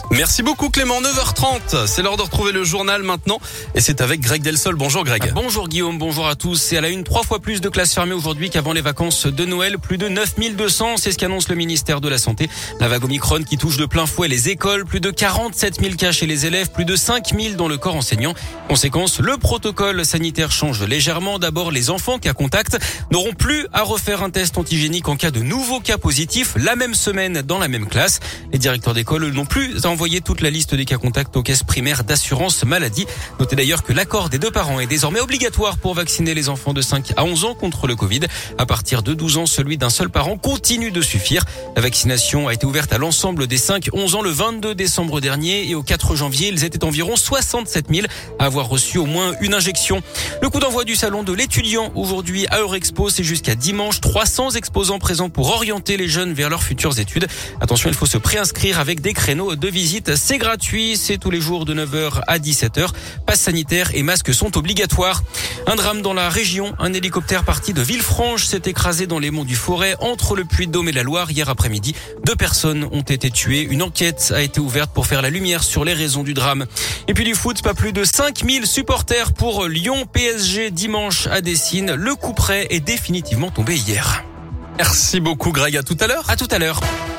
Merci beaucoup Clément, 9h30. C'est l'heure de retrouver le journal maintenant. Et c'est avec Greg Delsol. Bonjour Greg. Bonjour Guillaume, bonjour à tous. C'est à la une 3 fois plus de classes fermées aujourd'hui qu'avant les vacances de Noël. Plus de 9200, c'est ce qu'annonce le ministère de la Santé. La vague Omicron qui touche de plein fouet les écoles. Plus de 47 000 cas chez les élèves, plus de 5 000 dans le corps enseignant. Conséquence, le protocole sanitaire change légèrement. D'abord, les enfants cas contact n'auront plus à refaire un test antigénique en cas de nouveaux cas positifs la même semaine dans la même classe. Les directeurs d'école n'ont plus à envoyer toute la liste des cas contacts aux caisses primaires d'assurance maladie. Notez d'ailleurs que l'accord des deux parents est désormais obligatoire pour vacciner les enfants de 5 à 11 ans contre le Covid. À partir de 12 ans, celui d'un seul parent continue de suffire. La vaccination a été ouverte à l'ensemble des 5-11 ans le 22 décembre dernier et au 4 janvier, ils étaient environ 67 000 à avoir reçu au moins une injection. Le coup d'envoi du salon de l'étudiant aujourd'hui à Eurexpo, c'est jusqu'à dimanche. 300 exposants présents pour orienter les jeunes vers leurs futures études. Attention, il faut se préinscrire avec des créneaux de visite. C'est gratuit, c'est tous les jours de 9h à 17h. Passe sanitaire et masques sont obligatoires. Un drame dans la région. Un hélicoptère parti de Villefranche s'est écrasé dans les monts du Forêt entre le Puy-de-Dôme et la Loire hier après-midi. 2 personnes ont été tuées. Une enquête a été ouverte pour faire la lumière sur les raisons du drame. Et puis du foot, pas plus de 5000 supporters pour Lyon PSG dimanche à Dessines. Le coup près est définitivement tombé hier. Merci beaucoup Greg, à tout à l'heure. À tout à l'heure.